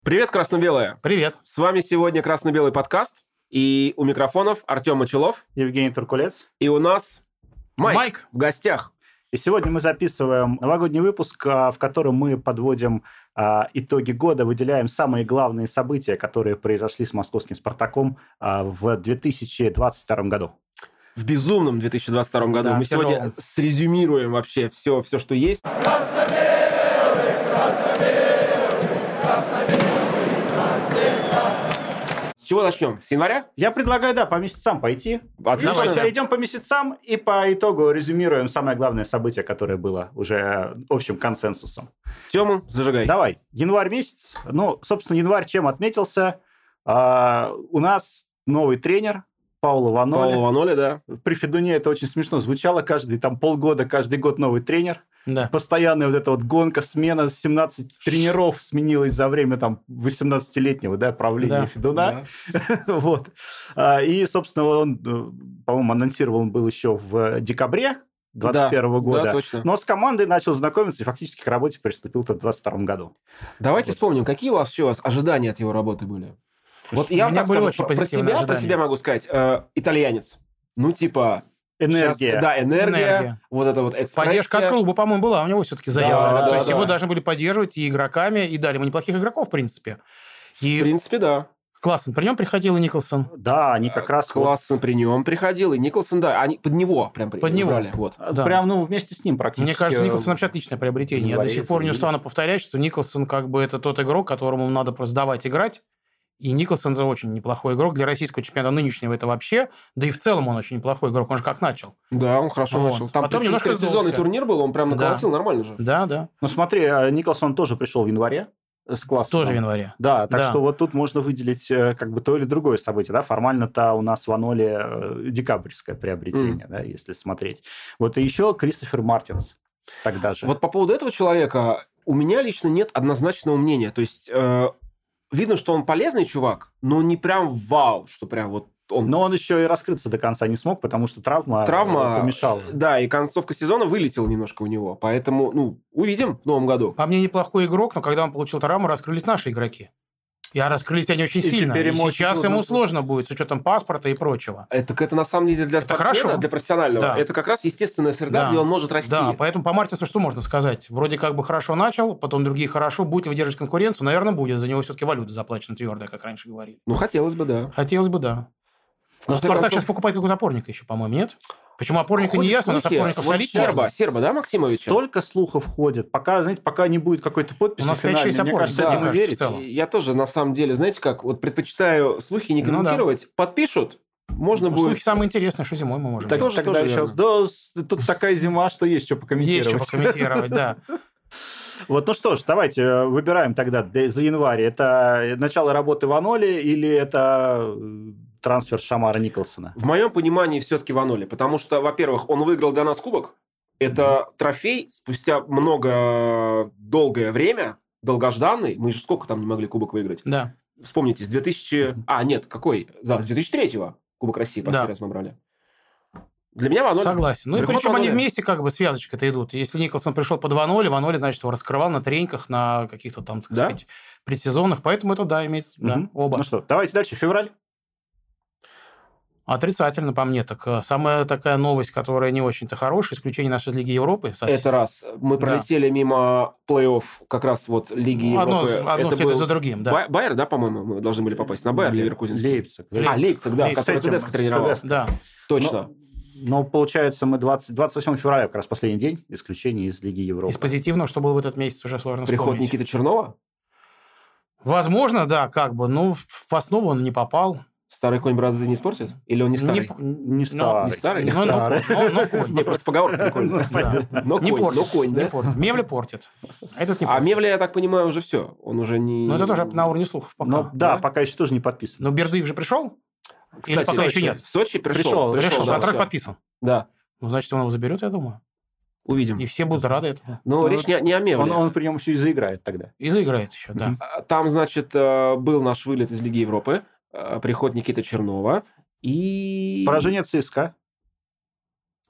Привет, красно-белое. Привет. С вами сегодня красно-белый подкаст. И у микрофонов Артем Мочелов. Евгений Туркулец. И у нас Майк в гостях. И сегодня мы записываем новогодний выпуск, в котором мы подводим итоги года, выделяем самые главные события, которые произошли с московским «Спартаком» в 2022 году. В безумном 2022 году. Да, мы сегодня срезюмируем вообще все, что есть. Красно-белый, красно-белый, красно-белый навсегда. С чего начнем? С января? Я предлагаю, по месяцам пойти. Отлично. Давайте идем по месяцам и по итогу резюмируем самое главное событие, которое было уже общим консенсусом. Тему, зажигай. Давай. Январь месяц. Собственно, январь чем отметился? У нас новый тренер Пауло Ваноли. Пауло Ваноли, да. При Федуне это очень смешно звучало. Каждый полгода, каждый год новый тренер. Да. Постоянная вот эта вот гонка, смена, 17 тренеров сменилась за время 18-летнего правления Федуна. Да. Вот. И, собственно, он, по-моему, анонсировал он был еще в декабре 2021 года. Да, точно. Но с командой начал знакомиться и фактически к работе приступил в 2022 году. Давайте вспомним, какие у вас ожидания от его работы были? Вот я вам так скажу, про себя могу сказать. Итальянец. Энергия. Энергия. Вот это вот экспрессия. Поддержка от клуба, по-моему, была у него все-таки заявлена. То есть да. его должны были поддерживать и игроками, и дали ему неплохих игроков, в принципе. В принципе, да. Классно. При нем приходил и Николсон. Да, они как раз... Классно при нем приходил, и Николсон, да, они под него прям под него брали. Вот. Да. Прям, вместе с ним практически. Мне кажется, Николсон вообще отличное приобретение. Я до сих пор не устану повторять, что Николсон это тот игрок, которому надо просто давать играть. И Николсон – это очень неплохой игрок. Для российского чемпионата нынешнего это вообще. Да и в целом он очень неплохой игрок. Он же как начал. Да, он хорошо начал. Там потом немножко сезонный турнир был, он прям наколотил нормально же. Да. Смотри, Николсон тоже пришел в январе с классом. Тоже в январе. Да, так что вот тут можно выделить то или другое событие. Да? Формально-то у нас в Ваноли декабрьское приобретение, если смотреть. Вот и еще Кристофер Мартинс тогда же. Вот по поводу этого человека у меня лично нет однозначного мнения. То есть... Видно, что он полезный чувак, но не прям вау, что прям вот он... Но он еще и раскрыться до конца не смог, потому что травма помешала. Да, и концовка сезона вылетела немножко у него. Поэтому, увидим в новом году. По мне, неплохой игрок, но когда он получил травму, раскрылись наши игроки. Раскрылись они очень сильно. И сейчас ему сложно будет, с учетом паспорта и прочего. Это на самом деле для спортсмена, хорошо. Для профессионального. Да. Это как раз естественная среда, где он может расти. Да, поэтому по Мартинсу что можно сказать? Вроде как бы хорошо начал, потом другие хорошо. Будет выдерживать конкуренцию? Наверное, будет. За него все-таки валюта заплачена твердая, как раньше говорили. Хотелось бы, да. Хотелось бы, да. Но Спартак сейчас покупает какого-то опорника еще, по-моему, нет? Почему опорника не ясно, у нас опорников солидно. Серба, да, Максимовича? Столько слухов ходит. Пока не будет какой-то подписи. У нас 5-6 мне кажется, этому верить. Я тоже, на самом деле, знаете как, предпочитаю слухи не комментировать. Подпишут, можно будет... Слухи самые интересные, что зимой мы можем. Тогда еще... Тут такая зима, что есть что покомментировать. Есть что покомментировать, да. Вот, что ж, давайте выбираем тогда за январь. Это начало работы Ваноли или это трансфер Шамара Николсона? В моем понимании все-таки Ваноли, потому что, во-первых, он выиграл для нас кубок. Это трофей спустя долгое время, долгожданный. Мы же сколько там не могли кубок выиграть? Да. Вспомните, с 2000... нет, какой? С 2003-го Кубок России последний раз мы брали. Для меня Ваноли... Согласен. И причем они вместе связочкой-то идут. Если Николсон пришел под Ваноли, значит, его раскрывал на треньках, на каких-то там, так сказать, предсезонных. Поэтому это, имеется оба. Ну что, давайте дальше. Февраль. Отрицательно, по мне. Так самая такая новость, которая не очень-то хорошая, исключение нашей Лиги Европы. Это раз. Мы пролетели мимо плей-офф как раз Лиги Европы. Одно следует за другим, да. Байер, да, по-моему, мы должны были попасть на Байер, Ливеркузенский. Лейпциг, да, который Тедеско тренировал. Да. Точно. Но получается, мы 28 февраля, как раз последний день, исключение из Лиги Европы. Из позитивного, что было в этот месяц, уже сложно вспомнить. Приход Никиты Чернова? Возможно, да, в основу он не попал. Старый конь бразды не испортит? Или он не старый? Не старый. Не старый? Но конь. Не, просто поговорка прикольная. Но конь, да? Мевля портит. Этот не портит. А Мевля, я так понимаю, уже все. Он уже не... Это тоже на уровне слухов пока. Да, пока еще тоже не подписан. Но Бердыев же пришел? Или пока еще нет? В Сочи пришел. Контракт подписан. Да. Значит, он его заберет, я думаю. Увидим. И все будут рады этому. Но речь не о Мевле. Он при нем еще и заиграет тогда. И заиграет еще, да. Там, значит, был наш вылет из Лиги Европы. Приход Никиты Чернова и... Поражение ЦСКА.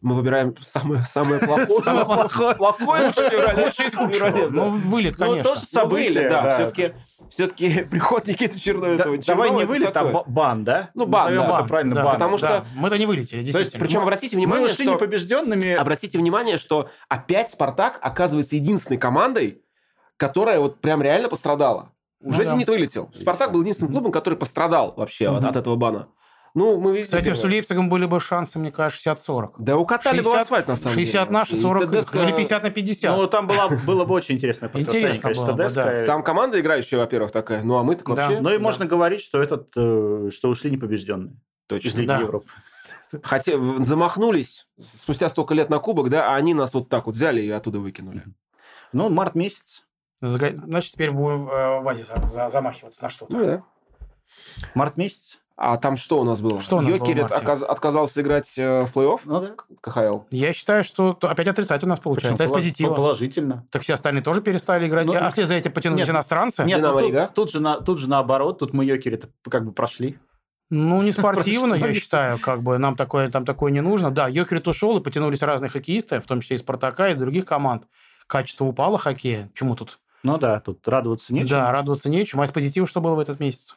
Мы выбираем самое плохое. Самое плохое. Плохое Лучше из худшего. Ну, вылет, конечно. тоже событие, да. Все-таки приход Никиты Чернова. Давай не вылет, а бан, да? Ну, бан, назовем да. это правильно, Да, бан. потому что... Мы-то не вылетели, действительно. Причем обратите Мы внимание, ушли непобежденными. Обратите внимание, что опять «Спартак» оказывается единственной командой, которая вот прям реально пострадала. Уже «Зенит» вылетел. «Спартак» был единственным клубом, который пострадал вообще от этого бана. Ну, мы видели... Кстати, с Лейпцигом были бы шансы, мне кажется, 60-40. Да укатали бы асфальт, на самом деле. 60 наши, 40 или 50 на 50. Ну, там было бы очень интересное противостояние, конечно, ТДСК. Там команда играющая, во-первых, такая. Ну, а мы так вообще... Ну, и можно говорить, что что ушли непобежденные. Точно. Из Лиги Европы. Хотя замахнулись спустя столько лет на кубок, да, а они нас вот так вот взяли и оттуда выкинули. Ну, март месяц. Значит, теперь будем в Азии замахиваться на что-то. Ну, да. Март месяц. А там что у нас было? Йокерит отказался играть в плей-офф КХЛ? Я считаю, что опять отрицать у нас получается. Причем позитивно. Положительно. Так все остальные тоже перестали играть. А вслед за этим потянулись иностранцы? Нет, тут же наоборот. Тут мы Йокерит как бы прошли. Ну, не спортивно, я считаю, как бы нам такое не нужно. Да, Йокерит ушел, и потянулись разные хоккеисты, в том числе и «Спартака», и других команд. Качество упало хоккея. Чему тут? Ну да, тут радоваться нечем. Да, радоваться нечем. А из позитива что было в этот месяц?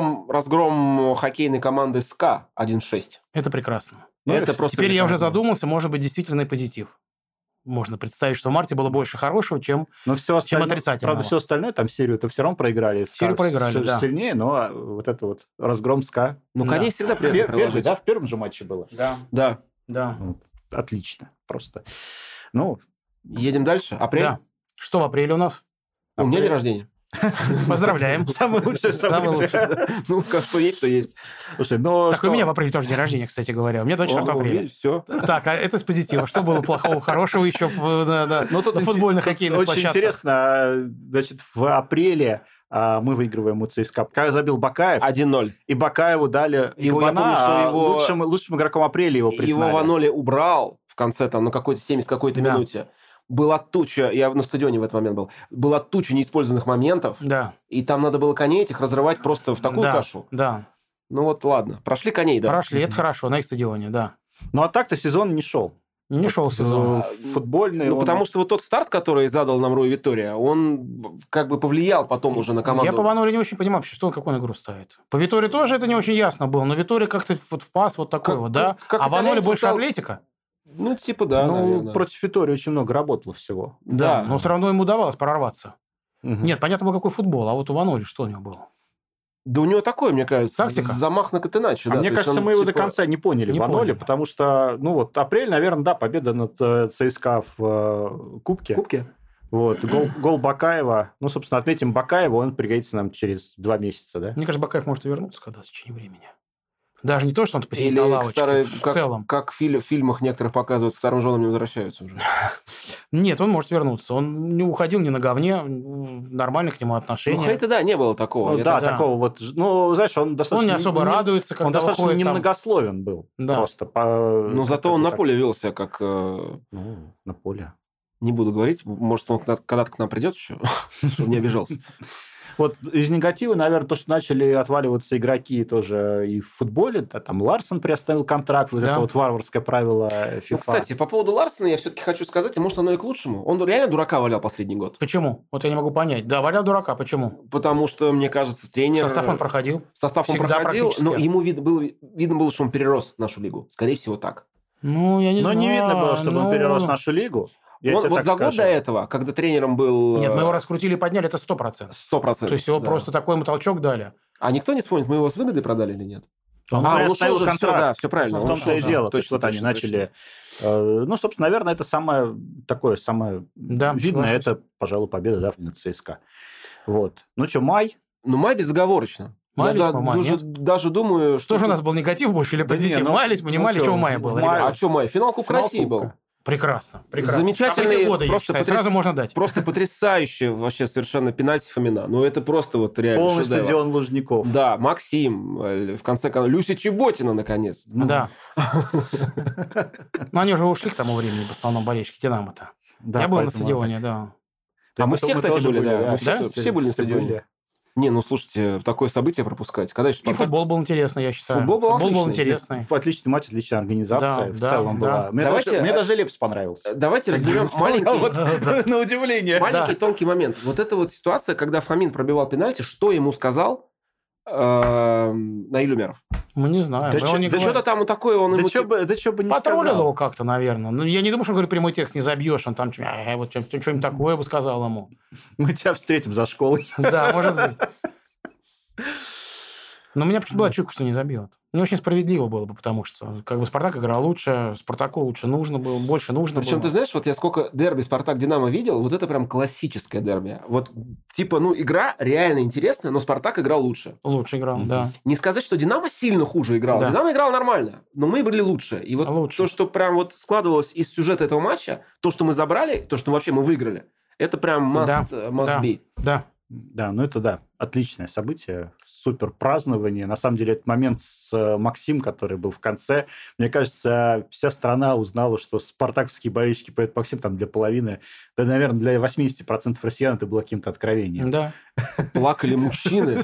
Разгром хоккейной команды СКА 1-6. Это прекрасно. Это просто теперь я уже задумался, может быть, действительно и позитив. Можно представить, что в марте было больше хорошего, чем отрицательного. Правда, все остальное, там серию-то все равно проиграли. Серию проиграли, да. Сильнее, но вот это вот разгром СКА. Ну, коней всегда приятно приложить. Да, в первом же матче было. Да. Отлично, просто. Ну, едем дальше. Апрель? Да. Что в апреле у нас? У меня день рождения. Поздравляем. Самое лучшее событие. Ну, как что есть, то есть. Слушай, ну так у меня в апреле тоже день рождения, кстати говоря. У меня 24 апреля. Все. Так, а это с позитива. Что было плохого, хорошего еще на футбольно-хоккейных площадках? Очень интересно, значит, в апреле мы выигрываем у ЦСКА. Забил Бакаев. 1-0. И Бакаеву дали я помню, что его лучшим игроком апреля его признали. Его Ваноли убрал в конце, там, на какой-то 70 какой-то минуте. Была туча, я на стадионе в этот момент был, была туча неиспользованных моментов, и там надо было коней этих разрывать просто в такую кашу. Да. Ну вот ладно, прошли коней, да? Прошли, это хорошо, на их стадионе, да. Ну а так-то сезон не шел. Не шел сезон. Футбольный. Ну, потому что вот тот старт, который задал нам Руи Витория, он как бы повлиял потом уже на команду. Я по Ваноли не очень понимаю вообще, что он какую игру ставит. По Витории тоже это не очень ясно было, но Витория как-то вот в пас вот такой вот, да? А Ваноли больше атлетика? Ну, типа, да, наверное. Против Витории очень много работало всего. Да, но все равно ему удавалось прорваться. Нет, понятно было, какой футбол, а вот у Ваноли что у него было? Да у него такой, мне кажется, тактика. Замах на Катеначо. Мне кажется, мы его до конца не поняли, Ваноли, потому что, ну вот, апрель, наверное, да, победа над ЦСКА в Кубке. Вот, гол Бакаева. Ну, собственно, отметим Бакаева, он пригодится нам через 2 месяца, да? Мне кажется, Бакаев может вернуться когда-то в течение времени. Даже не то, что он посидит на лавочке, в целом. Как в фильмах некоторых показывают, к старым женам не возвращаются уже. Нет, он может вернуться. Он не уходил ни на говне, нормально к нему отношения. Ну, хотя да, не было такого. Ну, такого вот. Ну, знаешь, он достаточно... Он не особо радуется, когда он достаточно немногословен был. Да. Просто. Но зато он на поле велся как... Ну, на поле. Не буду говорить, может, он когда-то к нам придет еще, чтобы не обижался. Вот из негатива, наверное, то, что начали отваливаться игроки тоже и в футболе. Да, там Ларсон приостановил контракт, вот это вот варварское правило FIFA. Ну, кстати, по поводу Ларсона я все-таки хочу сказать, и может, оно и к лучшему. Он реально дурака валял последний год. Почему? Вот я не могу понять. Да, валял дурака, почему? Потому что, мне кажется, тренер... Состав он проходил. Состав он проходил, но ему видно было, что он перерос нашу лигу. Скорее всего, так. Ну, я не знаю. Но не видно было, чтобы он перерос нашу лигу. Вот за год до этого, когда тренером был... Нет, мы его раскрутили и подняли, это 100%. 100%. То есть его просто такой ему толчок дали. А никто не вспомнит, мы его с выгодой продали или нет? Он ушел же, да, все правильно. В том-то и дело. Точно, вот они начали... Ну, собственно, наверное, это самое видное, это, пожалуй, победа, да, над ЦСКА. Вот. Ну что, май? Ну, май безоговорочно. Я даже думаю, что же у нас был негатив больше или позитив? Маялись, мы не мали, что в мае было. А что май? Финал Кубка России был. Прекрасно. Замечательный, года, сразу можно дать. Просто потрясающий вообще совершенно пенальти Фомина. Ну, это просто вот реально полный стадион Лужников. Да, Максим, в конце концов, Люся Чеботина, наконец. Да. Но они уже ушли к тому времени, в основном, болельщики Динамо-то. Я был на стадионе, да. А мы все, кстати, были, да. Все были на стадионе. Не, ну слушайте, такое событие пропускать. Когда еще И футбол был интересный, я считаю. Футбол был интересный. Отличный матч, отличная организация в целом была. Мне даже Лепс понравился. Давайте разберем маленький... На удивление. Маленький тонкий момент. Вот эта вот ситуация, когда Фомин пробивал пенальти, что ему сказал Наиль Умеров? Мы не знаем. Да что-то там такое он ему... Да что бы не сказал. Потроллил его как-то, наверное. Ну, я не думаю, что он говорит, прямой текст не забьешь. Он там вот что-нибудь такое бы сказал ему. Мы тебя встретим за школой. Да, может быть. Но у меня почему-то была чуйка, что не забьет. Мне очень справедливо было бы, потому что как бы Спартак играл лучше, Спартаку лучше нужно было, больше нужно было. Причем, ты знаешь, вот я сколько дерби Спартак-Динамо видел, вот это прям классическое дерби. Вот, типа, ну, игра реально интересная, но Спартак играл лучше. Лучше играл, да. Не сказать, что Динамо сильно хуже играл. Да. Динамо играл нормально, но мы были лучше. И вот лучше. То, что прям вот складывалось из сюжета этого матча, то, что мы забрали, то, что вообще мы выиграли, это прям must be. Да. Да, ну это да, отличное событие, супер празднование. На самом деле, этот момент с Максим, который был в конце, мне кажется, вся страна узнала, что спартаковские болельщики поют Максим там для половины, да, наверное, для 80% россиян это было каким-то откровением. Да. Плакали мужчины,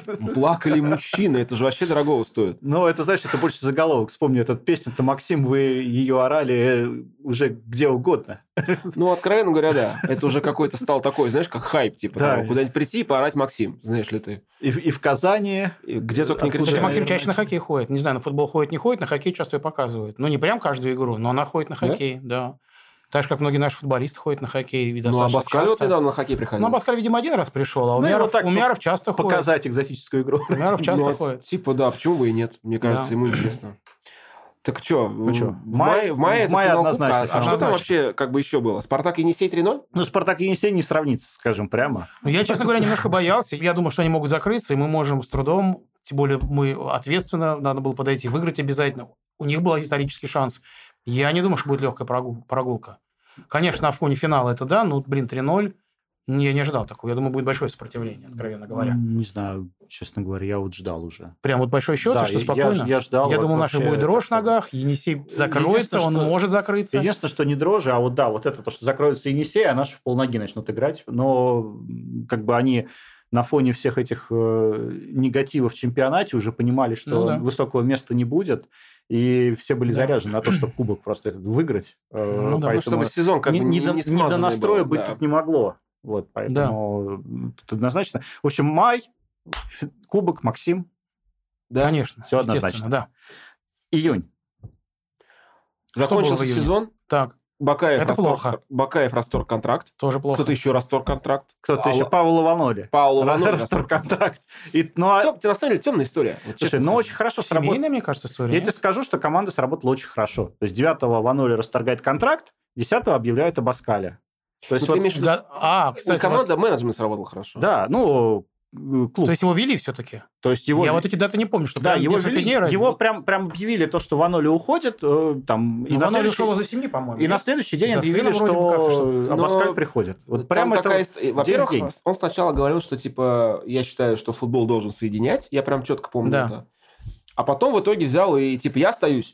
это же вообще дорогого стоит. Ну, это, знаешь, это больше заголовок. Вспомни, эту песню-то, Максим, вы ее орали уже где угодно. Ну, откровенно говоря, да. Это уже какой-то стал такой, знаешь, как хайп, типа, да. Куда-нибудь прийти и поорать Максим, знаешь ли ты. И в Казани. Где только не кричали. Максим чаще на хоккей ходит. Не знаю, на футбол ходит, не ходит, на хоккей часто ее показывает. Ну, не прям каждую игру, но она ходит на хоккей, да. Так же, как многие наши футболисты ходят на хоккей. Ну, а Баскаль вот недавно на хоккей приходил. Ну, а Баскаль, видимо, один раз пришел, а Умяров часто ходит. Показать экзотическую игру. Умяров часто ходит. Типа, да, почему бы и нет? Мне кажется, ему интересно. Так что, в мае это финал однозначно. Кубка. А что там вообще как бы еще было? Спартак-Енисей 3-0? Ну, Спартак-Енисей не сравнится, скажем прямо. Я, честно говоря, немножко боялся. Я думал, что они могут закрыться, и мы можем с трудом, тем более мы ответственно, надо было подойти, выиграть обязательно. У них был исторический шанс. Я не думаю, что будет легкая прогулка. Конечно, на фоне финала это да, ну, 3-0. Я не ожидал такого. Я думаю, будет большое сопротивление, откровенно говоря. Не знаю, честно говоря, я вот ждал уже. Прям вот большой счет, да, что спокойно? Я ждал. Я думал, наших будет дрожь в ногах, Енисей закроется, он может закрыться. Единственное, что не дрожь, а вот да, вот это то, что закроется Енисей, а наши в полноги начнут играть. Но как бы они на фоне всех этих негативов в чемпионате уже понимали, что высокого места не будет. И все были заряжены на то, чтобы кубок просто этот выиграть. Поэтому чтобы сезон как бы не до настроя быть тут не могло. Вот, поэтому тут однозначно. В общем, май, кубок, Максим. Да, конечно. Все однозначно. Да. Июнь. Закончился сезон. Так. Бакаев расторг контракт. Тоже плохо. Кто-то еще расторг контракт. Кто-то еще Пауло Ваноли. Расторг контракт. На самом деле темная история. Слушай, но очень хорошо сработала. Семейная, мне кажется, история. Я тебе скажу, что команда сработала очень хорошо. То есть 9-го Ваноли расторгает контракт, 10-го объявляют об Баскале. То есть кстати, команда менеджмент сработала хорошо. Да, ну, клуб. То есть его вели все-таки? То есть его... Я вот эти даты не помню, что да, его вели, его прям объявили то, что Ваноли уходит. Там, и Ваноли ушел за семьи, по-моему. И на следующий день объявили, что Абаскаль приходит. Вот прям это во-первых, он сначала говорил, что типа я считаю, что футбол должен соединять. Я прям четко помню это. А потом в итоге взял и типа я остаюсь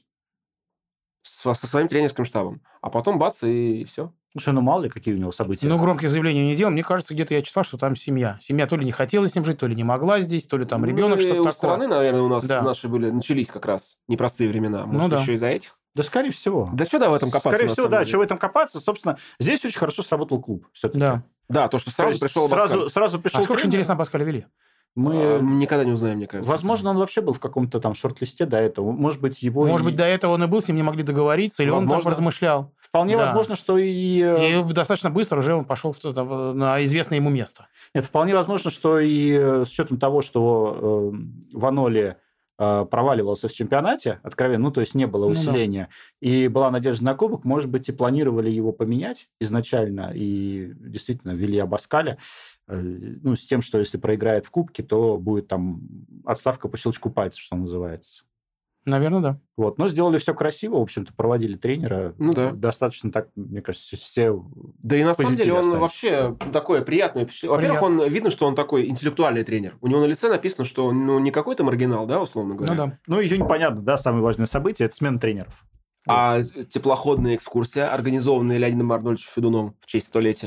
со своим тренерским штабом. А потом бац, и все. Слушай, ну мало ли, какие у него события. Ну, громкие заявления не делал. Мне кажется, где-то я читал, что там семья. Семья то ли не хотела с ним жить, то ли не могла здесь, то ли там ребенок, что-то такое. У страны, наверное, у нас наши начались как раз непростые времена. Может, еще из-за этих? Да, скорее всего. Да что в этом копаться? Скорее всего, да, что в этом копаться. Собственно, здесь очень хорошо сработал клуб. Все-таки. Да, то, что сразу пришел Абаскаль. Сразу пришел. А сколько интересно Абаскаля вели? Мы никогда не узнаем, мне кажется. Возможно, он вообще был в каком-то там шорт-листе до этого. Может быть, до этого он и был, с ним не могли договориться, или возможно, он там размышлял. Вполне возможно, что И достаточно быстро уже он пошел на известное ему место. Нет, вполне возможно, что и с учетом того, что Ваноли проваливался в чемпионате, откровенно, ну, то есть не было усиления, и была надежда на кубок, может быть, и планировали его поменять изначально, и действительно ввели Абаскаля, ну, с тем, что если проиграет в кубке, то будет там отставка по щелчку пальца, что называется. Наверное, да. Вот. Но сделали все красиво, в общем-то, проводили тренера. Ну да. Достаточно так, мне кажется, все... Да и на самом деле он вообще такое приятное впечатление. Во-первых, видно, что он такой интеллектуальный тренер. У него на лице написано, что он не какой-то маргинал, да, условно говоря. Ну да. Ну, июнь, понятно, да, самое важное событие – это смена тренеров. А теплоходная экскурсия, организованная Леонидом Арнольдовичем Федуном в честь столетия?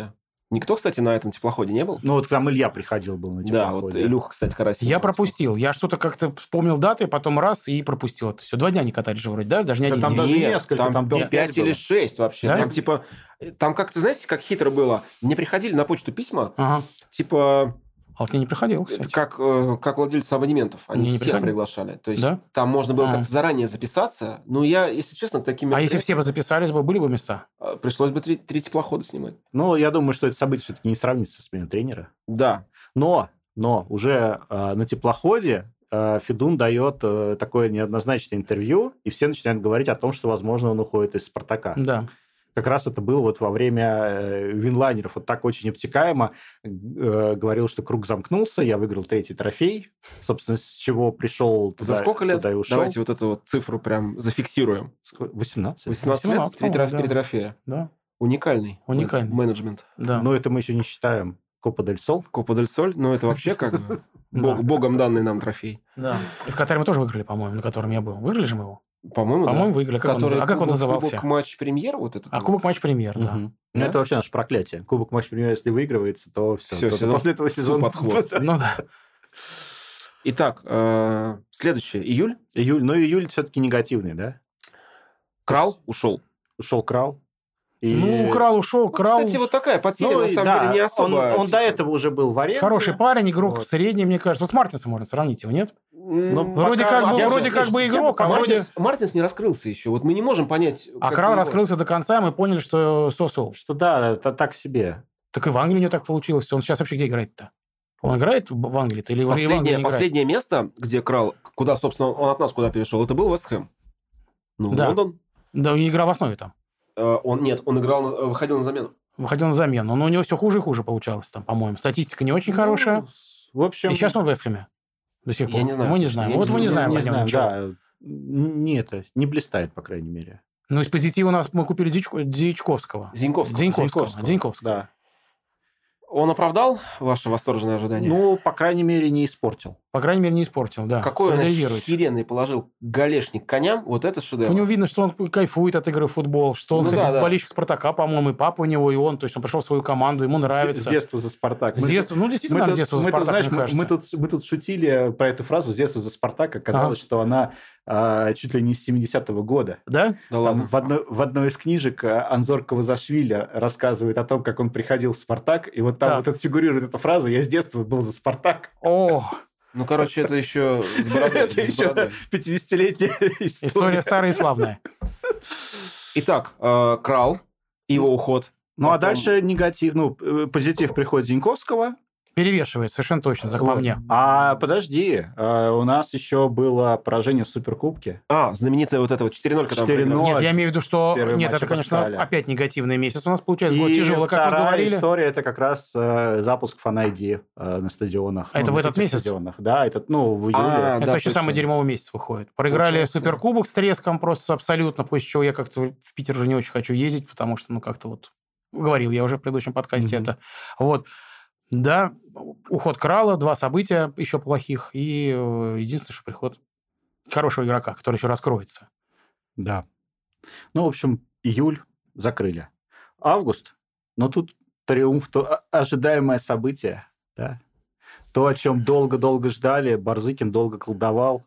Никто, кстати, на этом теплоходе не был? Ну, вот там Илья приходил был на теплоходе. Да, вот Илюха, кстати, Карасик. Я пропустил. Я что-то как-то вспомнил даты, потом раз и пропустил это все. 2 дня не катались же вроде, да? Даже не один там день. даже Нет, несколько, там 5 или 6 вообще. Да? Там, типа, там как-то, знаете, как хитро было? Мне приходили на почту письма, Ага. типа... А вот мне не приходило, Это кстати. как владельцы абонементов. Они Мне не всех приходили. приглашали. То есть Да? там можно было как-то заранее записаться. Ну, я, если честно, к таким А если все бы записались бы, были бы места? пришлось бы 3 теплохода снимать. Ну, я думаю, что это событие все-таки не сравнится со сменой тренера. Да. Но уже на теплоходе Федун дает такое неоднозначное интервью, и все начинают говорить о том, что, возможно, он уходит из «Спартака». Да. Как раз это было вот во время винлайнеров. Вот так очень обтекаемо говорил, что круг замкнулся, я выиграл 3-й трофей, собственно, с чего пришел туда, За сколько лет? туда и ушел. Давайте вот эту вот цифру прям зафиксируем. 18. 18 лет, 18, 3 по-моему, трофея. Да. Уникальный. Уникальный. Менеджмент. Да. Но это мы еще не считаем Копа дель Сол. Копа дель Соль, ну это вообще как бы Да. богом данный нам трофей. Да. И в Катаре мы тоже выиграли, по-моему, на котором я был. Выиграли же мы его? По-моему, По-моему, да. выиграли. Как он Который как он кубок- назывался? Кубок матч-премьер вот этот. А вот. Кубок матч-премьер, да. Ну, Да? это вообще наше проклятие. Кубок матч-премьер, если выигрывается, то все. Всё, сезон После этого сезона... под хвост. Ну да. Итак, следующее. Июль. Июль. Но июль все-таки негативный, да? Крал ушел. Ушел Крал. И... Ну, Крал ушел, Крал... Кстати, вот такая потеря, Ну, на и самом да, деле, не особо... Он типа, до этого уже был в аренде. Хороший парень, игрок Вот. средний, мне кажется. Вот с Мартинсом можно сравнить его, нет? Ну, Вроде пока- как бы- я вроде же- как бы я игрок, бы- а вроде- Мартинс не раскрылся еще. Вот мы не можем понять... А как Крал его- раскрылся до конца, и мы поняли, что сосул. Что да, это так себе. Так и в Англии у него так получилось. Он сейчас вообще где играет-то? Он играет в Англии-то или в Англии не играет? Последнее место, где Крал, куда, собственно, он от нас куда перешел, это был Вест Хэм. Ну, Да. Лондон. Да, и игра в основе там. Он играл, выходил на замену. Выходил на замену. Но у него все хуже и хуже получалось там, по-моему. Статистика не очень хорошая. Ну, в общем... И сейчас он в Вест Хэме. До сих пор. Я не знаю. Мы не знаем. Я Вот не мы не знаю, знаем не про него знаю, ничего. да. Не блистает, по крайней мере. Ну, из позитива у нас мы купили Дзичковского. Зиньковского. Дзиньковского. Он оправдал ваше восторженное ожидание? Ну, по крайней мере, не испортил. По крайней мере, не испортил, да. Какой он Солидаризируется. охеренный положил галешник коням, вот это шедевр. У него видно, что он кайфует от игры в футбол, что он, Ну кстати, да. болельщик Спартака, по-моему, и папа у него, и он. То есть он пришел в свою команду, ему нравится. С детства за «Спартак». С детства, ну, действительно, Мы с детства за тут, Спартак, знаешь, мне кажется. мы тут шутили про эту фразу «с детства за «Спартак». Оказалось, что она чуть ли не с 70-го года. Да? Да Там ладно. в одной из книжек Анзор Кавазашвили рассказывает о том, как он приходил в «Спартак», и вот там Так. вот это фигурирует эта фраза «я с детства был за «Спартак». О, Ну, короче, это еще с бородой. Это с еще бородой. 50-летняя история история. старая и славная. Итак, Крал, его уход. Ну, а Потом- дальше негатив, позитив приходит Зиньковского. Перевешивает, совершенно точно, так по Вот. мне. А подожди, у нас еще было поражение в Суперкубке. Знаменитая вот эта вот 4-0, когда мы 4:0. проиграли. Нет, я имею в виду, что... Первый Нет, матч это, конечно, обыграли. опять негативный месяц. У нас получается год И тяжелый, как мы вторая говорили. история, это как раз запуск Фан-ID на стадионах. А это в на этот каких месяц? стадионах. Да, это, в июле. А, Это да, вообще точно. самый дерьмовый месяц выходит. Проиграли Получается. Суперкубок с треском просто абсолютно, после чего я как-то в Питер уже не очень хочу ездить, потому что, как-то вот... Говорил я уже в предыдущем подкасте Мгм. это. Вот. Да, уход Крала, 2 события еще плохих, и единственное, что приход хорошего игрока, который еще раскроется. Да. В общем, июль закрыли. Август, но тут триумф, то ожидаемое событие, да. То, о чем долго-долго ждали, Барзыкин долго колдовал.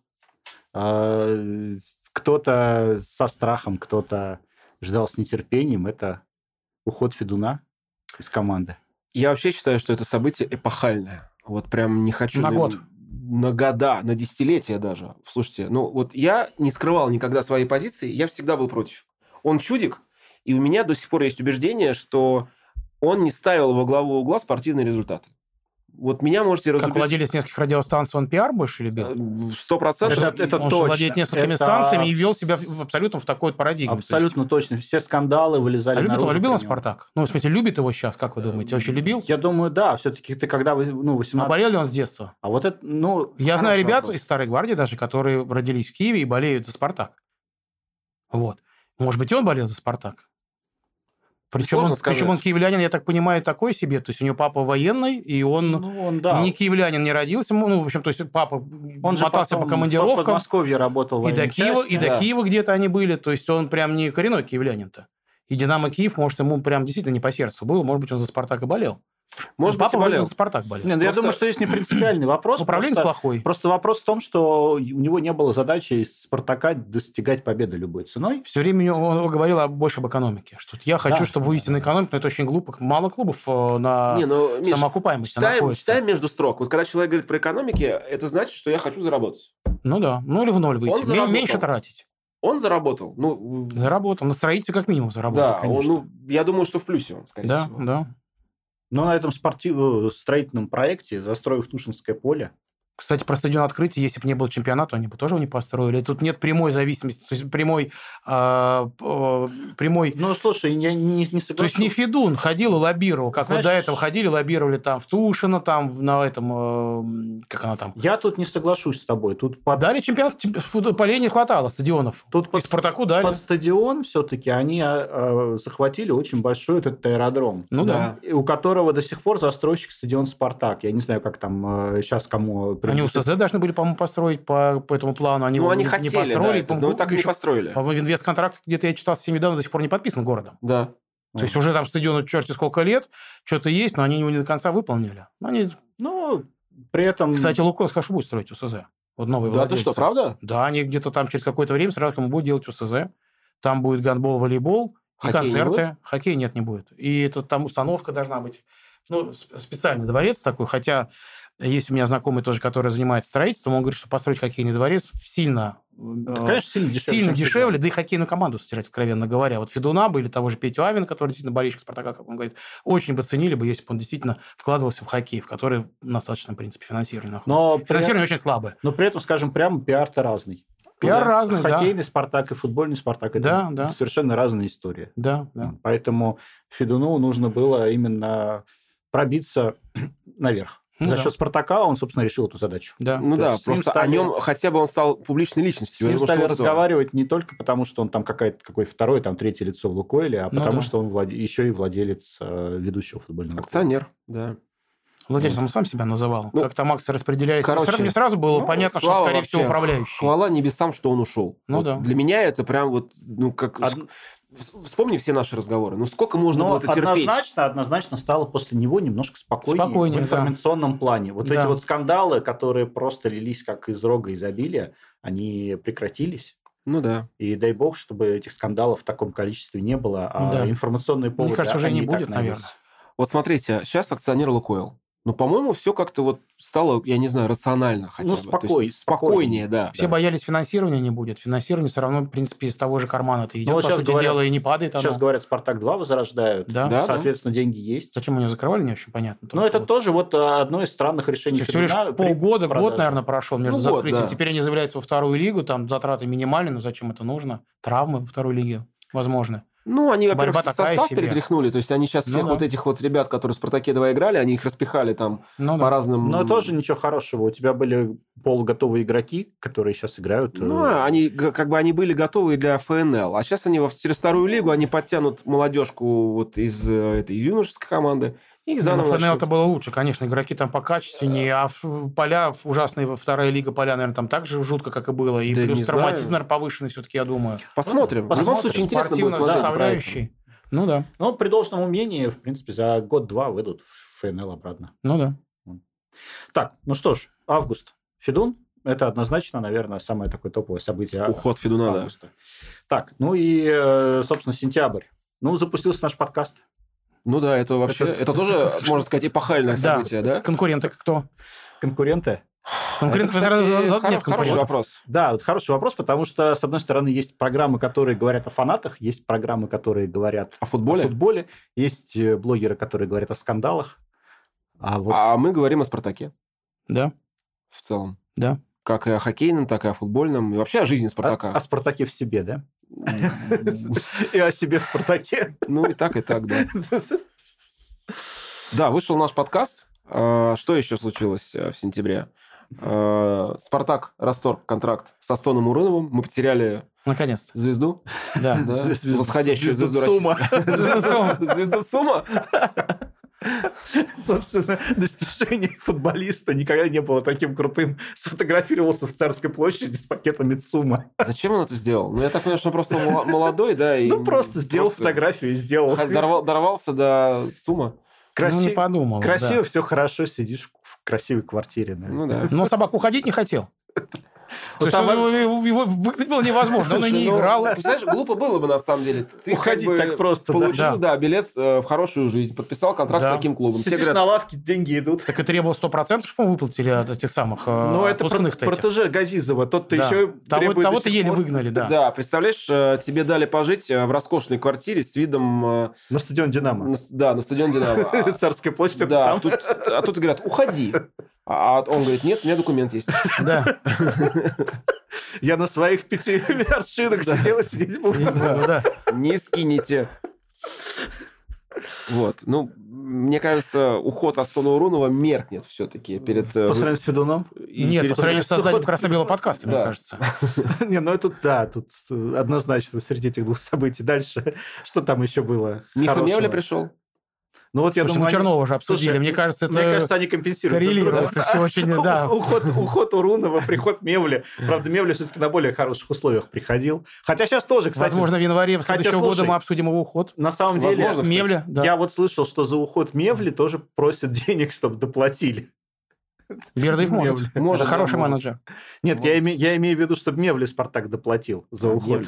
Кто-то со страхом, кто-то ждал с нетерпением. Это уход Федуна из команды. Я вообще считаю, что это событие эпохальное. Вот прям не хочу... На год. На года, на десятилетия даже. Слушайте, вот я не скрывал никогда своей позиции, я всегда был против. Он чудик, и у меня до сих пор есть убеждение, что он не ставил во главу угла спортивные результаты. Вот меня можете Как разубедить. владелец нескольких радиостанций, он пиар больше любил? 100%. Это Он же точно. владеет несколькими Это станциями и вел себя абсолютно в такой вот парадигме. Абсолютно точно. Все скандалы вылезали А наружу любил он при нем. «Спартак»? Ну, в смысле, любит его сейчас, как вы думаете? Вообще любил? Я думаю, да. Все-таки ты когда 18... А болел ли он с детства? А вот это, Я знаю хороший ребят вопрос. из Старой Гвардии даже, которые родились в Киеве и болеют за «Спартак». Вот. Может быть, он болел за «Спартак»? Сложно сказать. Причем он киевлянин, я так понимаю, такой себе. То есть у него папа военный, и он Он, да. не киевлянин не родился. В общем, то есть папа Он же мотался потом по командировкам. в Подмосковье работал в И до военной Киева, части. и до да. Киева где-то они были. То есть он прям не коренной киевлянин-то. И «Динамо» Киев, может, ему прям действительно не по сердцу было. Может быть, он за «Спартак» и болел. Может быть, папа болел. За «Спартак» болел. Нет, я думаю, что есть не принципиальный вопрос. Управленец плохой. Просто вопрос в том, что у него не было задачи из «Спартака» достигать победы любой ценой. Все время он говорил больше об экономике. Что я хочу, чтобы вывести на экономику, но это очень глупо. Мало клубов на самоокупаемости находится. Читаем между строк. Вот когда человек говорит про экономики, это значит, что я хочу заработать. Ну да. Ну или в ноль выйти. Меньше тратить. Он заработал. Заработал. На строительстве как минимум заработал, да, конечно. Я думаю, что в плюсе он, скорее всего. Да. Но на этом строительном проекте, застроив Тушинское поле... Кстати, про стадион открытия, если бы не было чемпионата, они бы тоже его не построили. Тут нет прямой зависимости, то есть прямой... Ну, слушай, я не соглашусь. То есть не Федун ходил и лоббировал, как вот до этого ходили, лоббировали там в Тушино, там на этом... Как она там? Я тут не соглашусь с тобой. Тут дали чемпионат, полей не хватало стадионов. Тут и Спартаку дали. Под стадион все-таки они захватили очень большой этот аэродром. Ну да. У которого до сих пор застройщик стадион «Спартак». Я не знаю, как там сейчас кому... Они УСЗ должны были, по-моему, построить по этому плану. Они хотели, не построили. Да, но так и не построили. По-моему, инвестконтракт, где-то я читал, совсем недавно до сих пор не подписан городом. Да. То есть уже там стадиону черти сколько лет, что-то есть, но они его не до конца выполнили. При этом... Кстати, Лукойл, скажу, будет строить УСЗ. Вот новый владелец. Да, ты что, правда? Да, они где-то там через какое-то время сразу кому будут делать УСЗ. Там будет гандбол, волейбол, и концерты. Хоккей нет, не будет. И это там установка должна быть. Специальный дворец такой, хотя... Есть у меня знакомый тоже, который занимается строительством. Он говорит, что построить хоккейный дворец сильно дешевле, да и хоккейную команду содержать, откровенно говоря. Вот Федуна бы или того же Петю Авина, который действительно болельщик «Спартака», как он говорит, очень бы ценили бы, если бы он действительно вкладывался в хоккей, в который достаточно, в принципе, финансирование находится. Финансирование очень слабое. Но при этом, скажем прямо, пиар-то разный. Пиар разный, хоккейный «Спартак» и футбольный «Спартак» – это совершенно разные истории. Да. Поэтому Федуну нужно было именно пробиться наверх. За счет «Спартака» он, собственно, решил эту задачу. Да. Просто о нем хотя бы он стал публичной личностью. С ним стали разговаривать не только потому, что он там какое второе, там третье лицо в «Лукойле», а потому что он еще и владелец ведущего футбольного клуба. Акционер, да. Владелец он сам себя называл. Как там акции распределялись. Мне сразу было понятно, что, скорее всего, управляющий. Хвала небесам, что он ушел. Для меня это прям как... Вспомни все наши разговоры. Сколько можно было это терпеть? Однозначно стало после него немножко спокойнее в информационном плане. Эти вот скандалы, которые просто лились как из рога изобилия, они прекратились. И дай бог, чтобы этих скандалов в таком количестве не было. А информационные поводы... Мне кажется, уже не будет, наверное. Вот смотрите, сейчас акционер «Лукойл». По-моему, все как-то стало, я не знаю, рационально хотя бы. Спокойнее, да. Все боялись, финансирования не будет. Финансирование все равно, в принципе, из того же кармана это идет, по сути дела, и не падает оно. Сейчас говорят, «Спартак-2» возрождают. Да. Соответственно, деньги есть. Зачем они закрывали, не очень понятно. Это тоже одно из странных решений. Всего лишь полгода, год, наверное, прошел между закрытием. Теперь они заявляются во вторую лигу, там затраты минимальные, но зачем это нужно? Травмы во второй лиге возможны. Они, во-первых, состав перетряхнули. То есть они сейчас всех вот этих вот ребят, которые в «Спартаке-2» играли, они их распихали там по разным... Но тоже ничего хорошего. У тебя были полуготовые игроки, которые сейчас играют... Они были готовы для ФНЛ. А сейчас они через вторую лигу, они подтянут молодежку из этой юношеской команды. И заново ФНЛ-то было лучше, конечно. Игроки там покачественнее, а поля ужасные, вторая лига поля, наверное, там так же жутко, как и было. И плюс травматизм, наверное, повышенный все-таки, я думаю. Посмотрим. В любом случае, интересно будет составляющий. При должном умении, в принципе, за год-два выйдут в ФНЛ обратно. Так, что ж, август. Федун. Это однозначно, наверное, самое такое топовое событие. Уход Федуна, августа. Так, и, собственно, сентябрь. Запустился наш подкаст. Это вообще... Это тоже, можно сказать, эпохальное событие, да? Конкуренты кто? Конкуренты? Хороший вопрос. Да, хороший вопрос, потому что, с одной стороны, есть программы, которые говорят о фанатах, есть программы, которые говорят о футболе, есть блогеры, которые говорят о скандалах. А мы говорим о «Спартаке». Да. В целом. Да. Как и о хоккейном, так и о футбольном, и вообще о жизни «Спартака». О «Спартаке» в себе, да? И о себе в «Спартаке». И так, да. Да, вышел наш подкаст. Что еще случилось в сентябре? «Спартак» расторг контракт со Стоном Уруновым. Мы потеряли... Наконец-то. Звезду. Да. Восходящую звезду Сума. Звезду Сума. Собственно, достижение футболиста никогда не было таким крутым. Сфотографировался в Царской площади с пакетами ЦУМа. Зачем он это сделал? Ну, я так понимаю, что он просто молодой, да? И просто сделал фотографию и сделал. Дорвался до ЦУМа. Не подумал. Красиво, все хорошо, сидишь в красивой квартире. Ну да. Но собаку уходить не хотел. То есть его выгнать было невозможно, он и не играл. Знаешь, глупо было бы, на самом деле. Ты уходить так просто, получил, билет в хорошую жизнь, подписал контракт с таким клубом. Сидишь на лавке, деньги идут. Так и требовал 100%, чтобы выплатили от этих самых отпускных-то. Ну, это протеже Газизова. Тот-то еще требует... Того-то еле выгнали, да. Да, представляешь, тебе дали пожить в роскошной квартире с видом... На стадион «Динамо». Да, на стадион «Динамо». Царская площадь. Да, а тут говорят, уходи. А он говорит, нет, у меня документ есть. Да. Я на своих 5 вершинах сидел и сидеть буду. Не скинете. Вот. Ну, мне кажется, уход Астона Урунова меркнет все-таки перед... По сравнению с Федуном? Нет, по сравнению с созданием красно-белого подкаста, мне кажется. Не, ну тут однозначно среди этих двух событий. Дальше, что там еще было? Миха Мевля пришел. Ну вот я думаю, мы Чернова уже обсудили. Мне кажется, они компенсируют. Коррелируется все очень, да. Уход Урунова, приход Мевли. Правда, Мевли все-таки на более хороших условиях приходил. Хотя сейчас тоже, кстати... Возможно, в январе следующего года мы обсудим его уход. На самом деле, Мевля, я вот слышал, что за уход Мевли тоже просят денег, чтобы доплатили. Бердыев может. Это хороший менеджер. Нет, я имею в виду, чтобы Мевли Спартак доплатил за уход.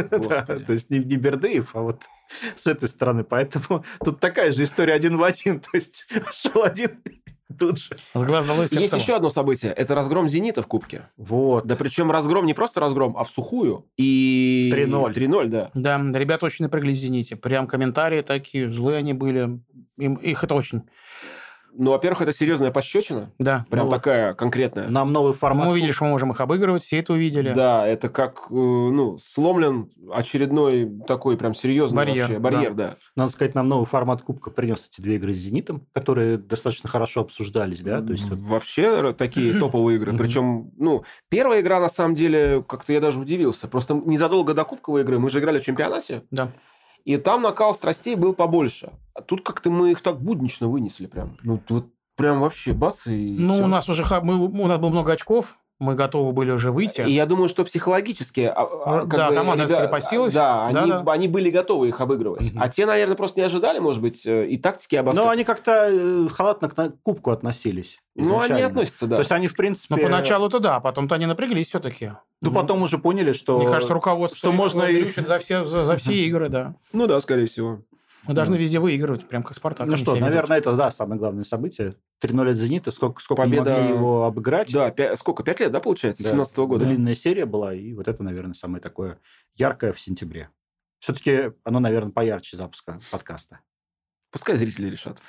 То есть не Бердыев, а вот с этой стороны. Поэтому тут такая же история 1 в 1. То есть шел один тут же. Есть еще одно событие. Это разгром «Зенита» в Кубке. Вот. Да причем разгром не просто разгром, а в сухую. И 3-0. 3-0, да. Да, ребята очень напряглись в «Зените». Прям комментарии такие, злые они были. Их это очень... Ну, во-первых, это серьезная пощечина. Да. Прям такая конкретная. Нам новый формат. Мы увидели, что мы можем их обыгрывать, все это увидели. Да, это как, сломлен очередной такой прям серьезный барьер, да. Надо сказать, нам новый формат Кубка принес эти 2 игры с «Зенитом», которые достаточно хорошо обсуждались, да? То есть, вообще такие топовые игры. Причем, первая игра, на самом деле, как-то я даже удивился. Просто незадолго до кубковой игры мы же играли в чемпионате. Да. И там накал страстей был побольше. А тут как-то мы их так буднично вынесли прям. Ну, вот прям вообще бац и Ну, всё. у нас было много очков, мы готовы были уже выйти. И я думаю, что психологически... команда скрепостилась. Да, они были готовы их обыгрывать. А те, наверное, просто не ожидали, может быть, и тактики обострить. Но они как-то халатно к Кубку относились. Ну, они относятся, да. То есть они, в принципе... Но поначалу-то да, потом-то они напряглись все-таки. Ну, потом уже поняли, что... Мне кажется, руководство что можно дрючит за все игры, да. Ну да, скорее всего. Мы должны везде выигрывать, прям как «Спартак». Ну что, наверное, это, да, самое главное событие. 3-0 от «Зенита». Сколько Победа... могли его обыграть. Да, 5 лет, да, получается, с 17 года? Длинная серия была, и вот это, наверное, самое такое яркое в сентябре. Все-таки оно, наверное, поярче запуска подкаста. Пускай зрители решат.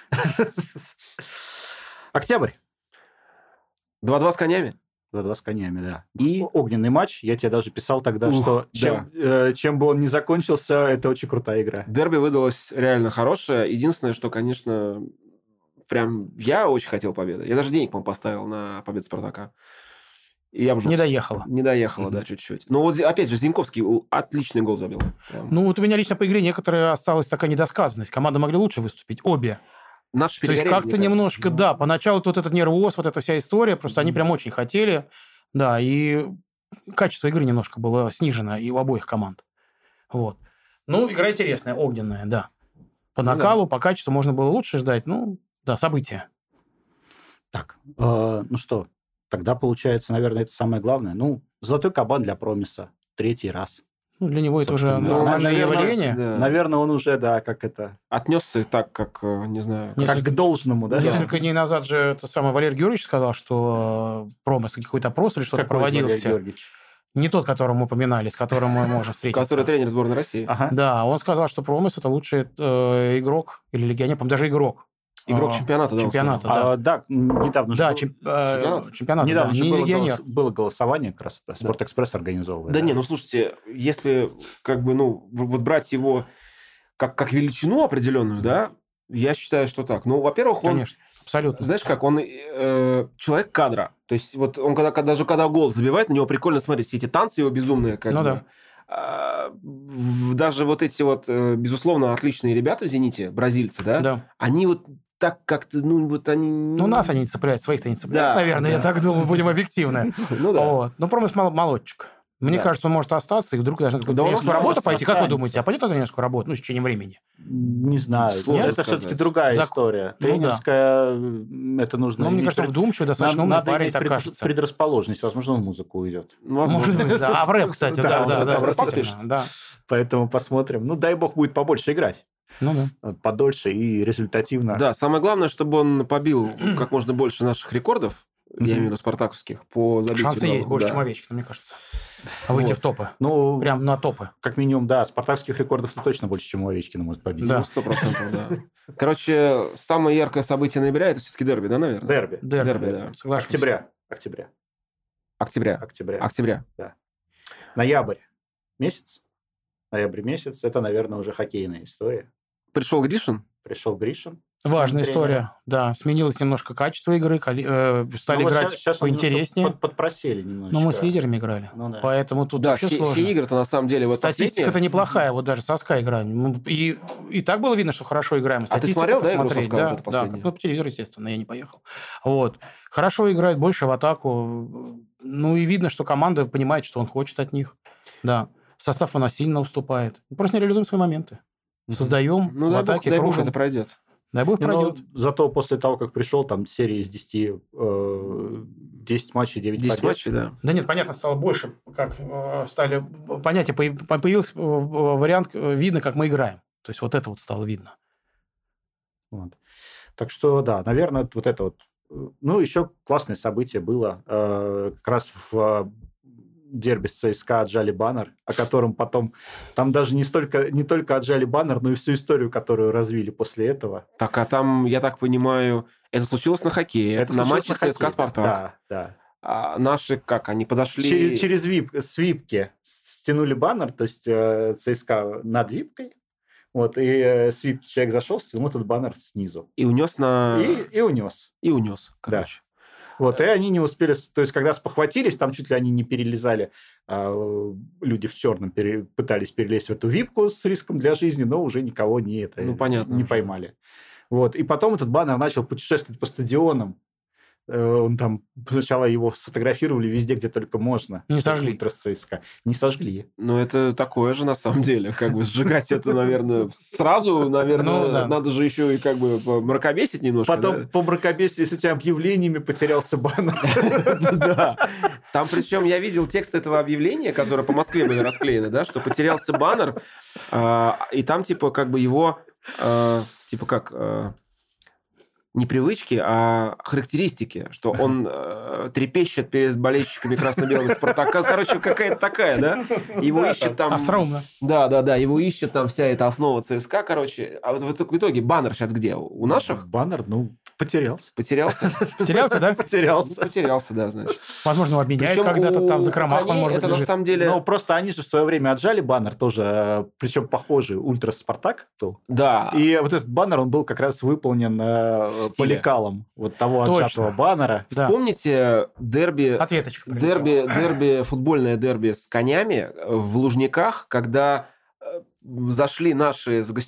Октябрь. 2-2 с конями. 2-2 с конями, да. И огненный матч. Я тебе даже писал тогда, что чем бы он ни закончился, это очень крутая игра. Дерби выдалось реально хорошее. Единственное, что, конечно, прям я очень хотел победы. Я даже денег, по-моему, поставил на победу «Спартака». И я не доехала. Не доехала, да, чуть-чуть. Но вот, опять же, Зиньковский отличный гол забил. Прям. Ну, вот у меня лично по игре некоторая осталась такая недосказанность. Команды могли лучше выступить. Обе. Наши То есть как-то немножко, да, поначалу вот этот нервоз, вот эта вся история, просто они прям очень хотели, да, и качество игры немножко было снижено и у обоих команд. Вот. Ну, игра интересная, огненная, да. По накалу, по качеству можно было лучше ждать, да, события. Так, ну что, тогда получается, наверное, это самое главное. Золотой кабан для Промиса, 3-й раз. Для него это уже нормальное явление. Да. Наверное, он уже, как это... Отнесся так, как, не знаю... Как к должному, да? Несколько дней назад же это самый Валерий Георгиевич сказал, что Промис, какой-то опрос или что-то проводился. Не тот, которого мы упоминали, с которым мы можем встретиться. Который тренер сборной России. Ага. Да, он сказал, что Промис это лучший игрок или легионер, по-моему, даже игрок. Игрок чемпионата, да. Чемпионата, да, недавно же... Да, чемпионат, недавно же не легионер. было голосование, как раз Спортэкспресс организовывал. Да, слушайте, если вот брать его как величину определенную, да, я считаю, что так. Во-первых, он... Конечно, абсолютно. Знаешь как, он человек кадра. То есть вот он даже когда гол забивает, на него прикольно смотреть. Все эти танцы его безумные. Да. Даже вот эти безусловно, отличные ребята в «Зените», бразильцы, да, они так как-то, ну, вот они... Ну, нас они не цепляют, своих-то не цепляют, наверное, я так думаю, будем объективны. Ну, да. Вот. Но Промысл молодчик. Мне кажется, он может остаться, и вдруг должна какую-то тренерскую работу пойти. Как вы думаете, а пойдет на тренерскую работу, ну, с течением времени? Не знаю. Сложно это сказать. все-таки другая история. Тренерская, это нужно... Ну, мне кажется, он вдумчивый, достаточно умный парень, так кажется. Предрасположенность. Возможно, он в музыку уйдет. Может быть, да. А в рэп, кстати, да. Поэтому посмотрим. Ну, дай бог, будет побольше играть. Ну да. Подольше и результативно. Да, самое главное, чтобы он побил как можно больше наших рекордов, я имею в виду спартаковских, по забитию Шансы голов. есть больше, чем Овечкина, мне кажется. Выйти в топы. Ну, прям на топы. Как минимум, да. Спартакских рекордов-то точно больше, чем у Овечкина может побить. Да. 100%, да. Короче, самое яркое событие ноября – это все-таки дерби, да, наверное? Дерби, да. Соглашусь. Октября. Да. Ноябрь месяц. Это, наверное, уже хоккейная история. Пришел Гришин. Важная история, да. Сменилось немножко качество игры, стали играть сейчас поинтереснее. Подпросели немножечко. Но мы с лидерами играли, поэтому тут да, вообще сложно. Все игры-то на самом деле... Статистика-то неплохая, вот даже со Ска играем. И так было видно, что хорошо играем. А ты смотрел, да, игру со Ска? Да, по телевизору, естественно, я не поехал. Вот. Хорошо играет, больше в атаку. Ну и видно, что команда понимает, что он хочет от них. Да. Состав у нас сильно уступает. Мы просто не реализуем свои моменты. Создаем в атаке, дай бог это пройдет. Дай бог пройдет. Зато после того, как пришел, там серия из 10 матчей, 9 10 матчей, да. Да нет, понятно, стало больше, как стали понятия, появился вариант, видно, как мы играем. То есть вот это вот стало видно. Вот. Так что, да, наверное, вот это вот. Ну, еще классное событие было как раз в дерби с ЦСКА отжали баннер, о котором потом... Там даже не только отжали баннер, но и всю историю, которую развили после этого. Так, а там, я так понимаю, это случилось на хоккее. Это на матче ЦСКА-Спартак. Да. А наши, как, они подошли... Через свипки стянули баннер, то есть ЦСКА над випкой. Вот, и с випки человек зашел, стянул этот баннер снизу. И унес на... И унес. И унес, короче. Да. Вот, и они не успели... То есть, когда спохватились, там чуть ли они не перелезали. Люди в черном пытались перелезть в эту випку с риском для жизни, но уже никого не поймали. Вот. И потом этот баннер начал путешествовать по стадионам. Он там... Сначала его сфотографировали везде, где только можно. Не сожгли. Не сожгли. Ну, это такое же, на самом деле. Как бы сжигать это, наверное, сразу, наверное, надо же еще и как бы мракобесить немножко. Потом по мракобесию с этими объявлениями потерялся баннер. Да. Там, причем, я видел текст этого объявления, которое по Москве были расклеены, да, что потерялся баннер, и там, типа, как бы его, типа, как... не привычки, а характеристики, что он трепещет перед болельщиками красно-белого Спартака. Короче, какая-то такая, да? Его ищет там... Остроумно. Да, его ищет там вся эта основа ЦСКА, короче. А вот в итоге баннер сейчас где? У наших? Баннер, потерялся. Потерялся? Потерялся, да? Потерялся, да, значит. Возможно, его обменяют когда-то там в закромах. Он, может это быть, на самом деле... Ну, просто они же в свое время отжали баннер тоже, причем похожий, Ультрас Спартак был. Да. И вот этот баннер, он был как раз выполнен по лекалам вот того отжатого баннера. Да. Вспомните дерби... Ответочка. Футбольное дерби с конями в Лужниках, когда... зашли наши с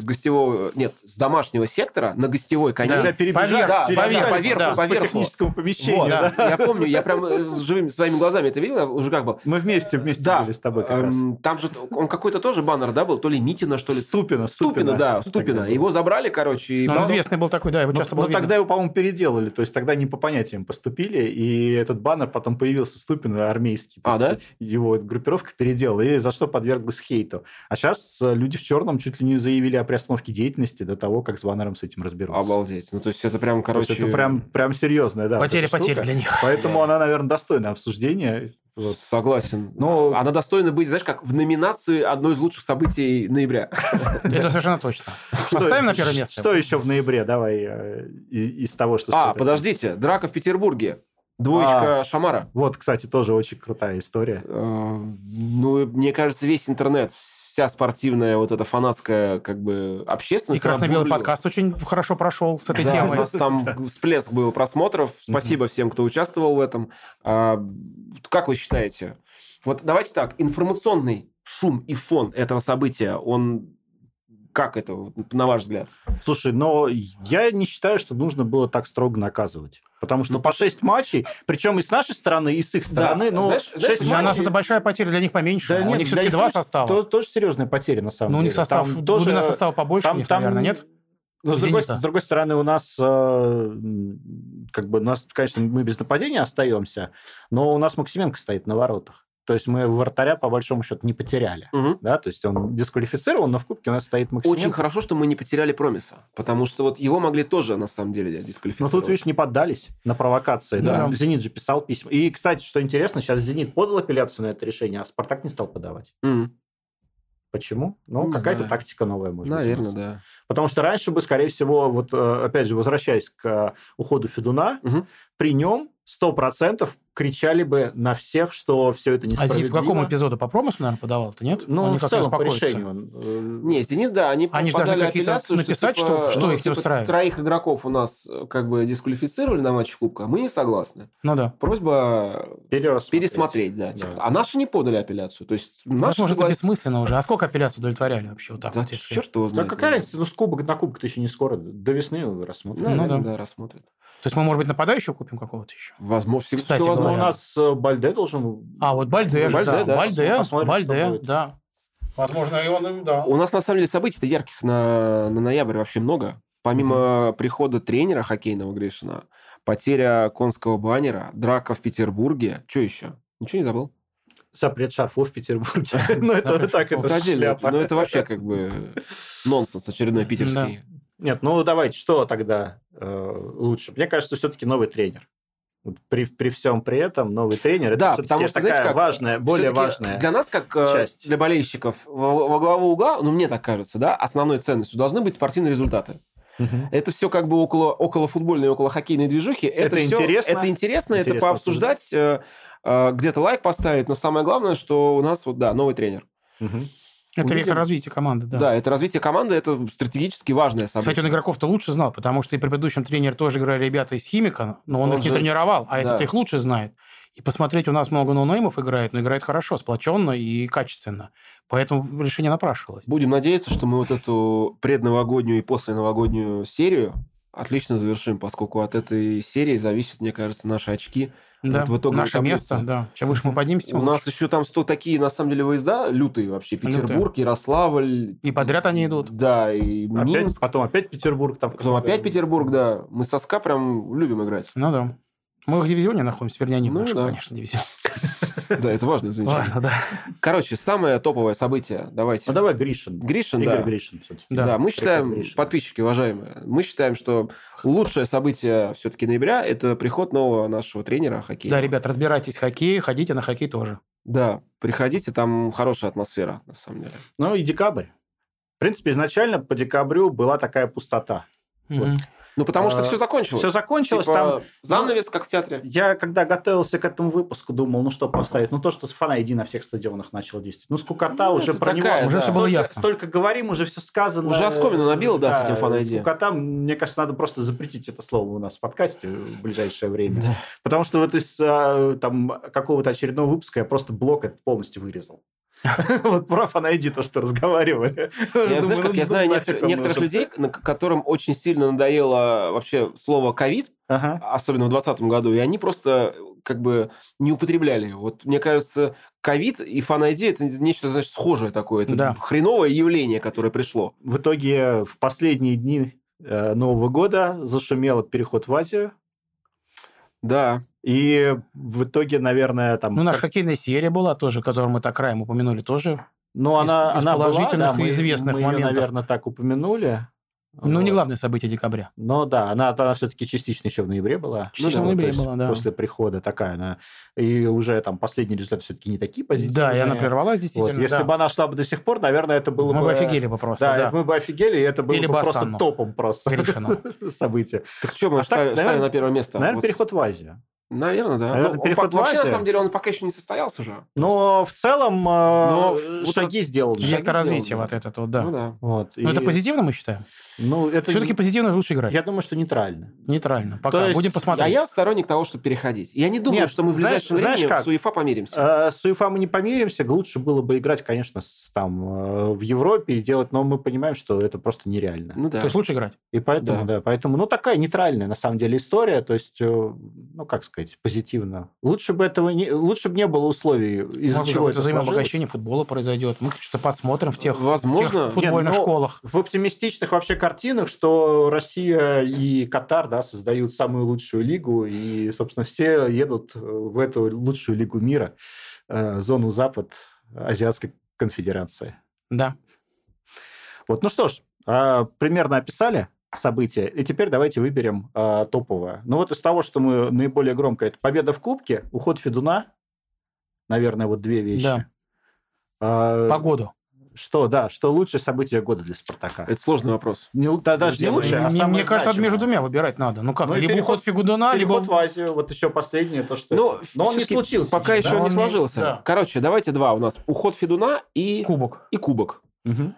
домашнего сектора на гостевой коней. Да, перебежали по техническому помещению. Вот, да. Я помню, я прям живыми своими глазами это видел, уже как был. Мы вместе были с тобой как раз. Там же он какой-то тоже баннер, да, был, то ли Митина, что ли. Ступина. Его забрали, короче. Он известный был такой, да, его часто было видно. Но тогда его, по-моему, переделали, то есть тогда не по понятиям поступили, и этот баннер потом появился Ступина армейский. Да? Его группировка переделала, и за что подверглась хейту. А сейчас люди в черном чуть ли не заявили о приостановке деятельности до того, как с баннером с этим разберутся. Обалдеть. Ну, то есть это прям, короче... Это прям серьезная, да. Потеря для них. Поэтому она, наверное, достойна обсуждения. Вот. Согласен. Но она достойна быть, знаешь, как в номинации одно из лучших событий ноября. Это совершенно точно. Поставим на первое место. Что еще в ноябре? Давай из того, что... Подождите. Драка в Петербурге. Двоечка Шамара. Вот, кстати, тоже очень крутая история. Ну, мне кажется, весь интернет, вся спортивная вот эта фанатская как бы общественность... И красно-белый подкаст очень хорошо прошел с этой темой. У нас там всплеск был просмотров. Спасибо всем, кто участвовал в этом. Как вы считаете? Вот давайте так, информационный шум и фон этого события, он как это, на ваш взгляд? Слушай, но я не считаю, что нужно было так строго наказывать. Потому что по 6 матчей, причем и с нашей стороны, и с их стороны, да. Знаешь, 6 матчей... Для нас это большая потеря, для них поменьше. Да, у них все-таки 2 состава. Тоже серьезная потеря, на самом деле. Ну, у них состав, глубина состава побольше, у них, наверное, нет? Но с другой стороны, у нас, конечно, мы без нападения остаемся, но у нас Максименко стоит на воротах. То есть мы вратаря, по большому счету, не потеряли. Да? То есть он дисквалифицирован, но в кубке у нас стоит Максименко. Очень хорошо, что мы не потеряли Промиса, потому что вот его могли тоже, на самом деле, дисквалифицировать. Но тут, видишь, не поддались на провокации. Да. «Зенит» же писал письма. И, кстати, что интересно, сейчас «Зенит» подал апелляцию на это решение, а «Спартак» не стал подавать. Почему? Ну, какая-то тактика новая, может быть. Наверное, да. Потому что раньше бы, скорее всего, вот опять же, возвращаясь к уходу Федуна, при нем 100% кричали бы на всех, что все это несправедливо. А «Зенит» по какому эпизоду? По промыслу, наверное, подавал-то, нет? Ну, в целом, по решению. Не, «Зенит», да, они подали апелляцию, написать, что их не устраивает. 3 игроков у нас как бы дисквалифицировали на матче Кубка, мы не согласны. Ну да. Просьба пересмотреть, да. Типа. А наши не подали апелляцию. То есть наши может, это бессмысленно уже. А сколько апелляций удовлетворяли вообще? Вот так да, вот, черт его знает. Да какая разница? Ну, с кубок на кубок-то еще не скоро. До весны рассмотрят. Да, рассмотрят. То есть мы, может быть, нападающего купим какого-то еще? Возможно. Кстати, у нас Бальде должен... Вот Бальде, Бальде, да. Возможно, и он... Да. У нас, на самом деле, событий-то ярких на ноябрь вообще много. Помимо прихода тренера хоккейного Гришина, потеря конского баннера, драка в Петербурге. Что еще? Ничего не забыл? Запрет шарфов в Петербурге. Ну, это так, это шляпа. Ну, это вообще как бы нонсенс очередной питерский. Нет, ну давайте, что тогда лучше? Мне кажется, все-таки новый тренер. При всем при этом новый тренер, это все-таки потому что, такая важная, более важная для нас, как часть. Для болельщиков, во главу угла, ну, мне так кажется, да, основной ценностью должны быть спортивные результаты. Это все как бы около футбольной, около хоккейной движухи. Это интересно, это пообсуждать, где-то лайк поставить, но самое главное, что у нас новый тренер. Это вектор развития команды, да. Да, это развитие команды, это стратегически важное событие. Кстати, он игроков-то лучше знал, потому что и при предыдущем тренере тоже играли ребята из «Химика», но он их не тренировал, а этот их лучше знает. И посмотреть, у нас много ноунеймов играет, но играет хорошо, сплоченно и качественно. Поэтому решение напрашивалось. Будем надеяться, что мы вот эту предновогоднюю и посленовогоднюю серию отлично завершим, поскольку от этой серии зависят, мне кажется, наши очки. Да, вот наше место, да. Чем выше мы поднимемся, у нас еще там такие, на самом деле, выезда лютые вообще. Петербург, Ярославль. И подряд они идут. Да, и Минск. Потом опять Петербург. Потом опять Петербург, да. Мы со СКА прям любим играть. Ну да. Мы в дивизионе находимся, вернее, не в нашем, конечно, дивизионе. Да, это важно замечание. Важно, да. Короче, самое топовое событие. Давайте. Ну, давай Гришин. Гришин, Игорь да. Гришин. Да, мы считаем, подписчики уважаемые, мы считаем, что лучшее событие все-таки ноября – это приход нового нашего тренера хоккейного. Да, ребят, разбирайтесь в хоккее, ходите на хоккей тоже. Да, приходите, там хорошая атмосфера, на самом деле. Ну и декабрь. В принципе, изначально по декабрю была такая пустота. Вот. Ну, потому что все закончилось. Все закончилось. Типа, там занавес, как в театре. Я, когда готовился к этому выпуску, думал, что поставить? То, что Fan ID на всех стадионах начал действовать. Скукота уже про него... Уже все было ясно. Столько говорим, уже все сказано. Уже оскомину набило, да, с этим Fan ID. Скукота, мне кажется, надо просто запретить это слово у нас в подкасте в ближайшее время. Да. Потому что вот из какого-то очередного выпуска я просто блок этот полностью вырезал. Вот про Fan ID то, что разговаривали. Я знаю некоторых людей, которым очень сильно надоело вообще слово «ковид», особенно в 2020 году, и они просто как бы не употребляли. Вот мне кажется, ковид и Fan ID – это нечто, значит, схожее такое. Это хреновое явление, которое пришло. В итоге в последние дни Нового года зашумел переход в Азию. Да. И в итоге, наверное, там... Ну, наша хоккейная серия была тоже, которую мы так краем упомянули, тоже. Ну, она положительных была, да, и известных мы моментов. Ее, наверное, так упомянули. Ну, не главное событие декабря. Но да, она все-таки частично еще в ноябре была. Частично в ноябре была, да. После прихода такая она. И уже там последние результаты все-таки не такие позитивные. Да, и она прервалась действительно. Вот. Если бы она шла бы до сих пор, наверное, это было бы... Мы бы офигели бы просто, да. Мы бы офигели, и это было бы просто Асанну. топом просто события. Так что мы ставили на первое место? Наверное, переход в Азию. Наверное, да. Наверное, переход в вообще, Азию. на самом деле, он пока еще не состоялся же. Но в целом шаги сделаны. Вектор развития вот этот вот, да. Ну да. Вот. Но это позитивно, мы считаем? Ну, это Все-таки позитивно лучше играть. Я думаю, что нейтрально. Нейтрально. Пока. То есть- Будем А посмотреть. я сторонник того, чтобы переходить. Я не думаю, Нет, что мы в ближайшем знаешь времени как? с УЕФА помиримся. С УЕФА мы не помиримся. Лучше было бы играть, конечно, в Европе и делать, но мы понимаем, что это просто нереально. Ну да. То есть лучше играть. И поэтому, Да. поэтому, такая нейтральная, на самом деле, история, то есть, как сказать, позитивно. Лучше бы не было условий, из-за Может, чего какое-то это взаимообогащение футбола произойдет. Мы что-то посмотрим в тех Возможно. футбольных Нет, но школах. В оптимистичных вообще картинах, что Россия и Катар, да, создают самую лучшую лигу, и, собственно, все едут в эту лучшую лигу мира, зону Запад Азиатской конфедерации. Да. Вот, ну что ж, примерно описали события, и теперь давайте выберем топовое. Ну вот из того, что мы наиболее громко, это победа в Кубке, уход Федуна, наверное, вот две вещи. Да. Погоду. Что лучшее событие года для «Спартака»? Это сложный вопрос. Даже не лучшее, а самое Мне кажется, значимое. между двумя выбирать надо. Ну как, Ну и либо переход- уход Фигудуна, либо... Переход в Азию, вот еще последнее, то, что... Но Но он не всё-таки случился. Пока еще, еще да? не Он не- сложился. да. Короче, давайте два у нас. Уход Федуна и Кубок. кубок. Мгм.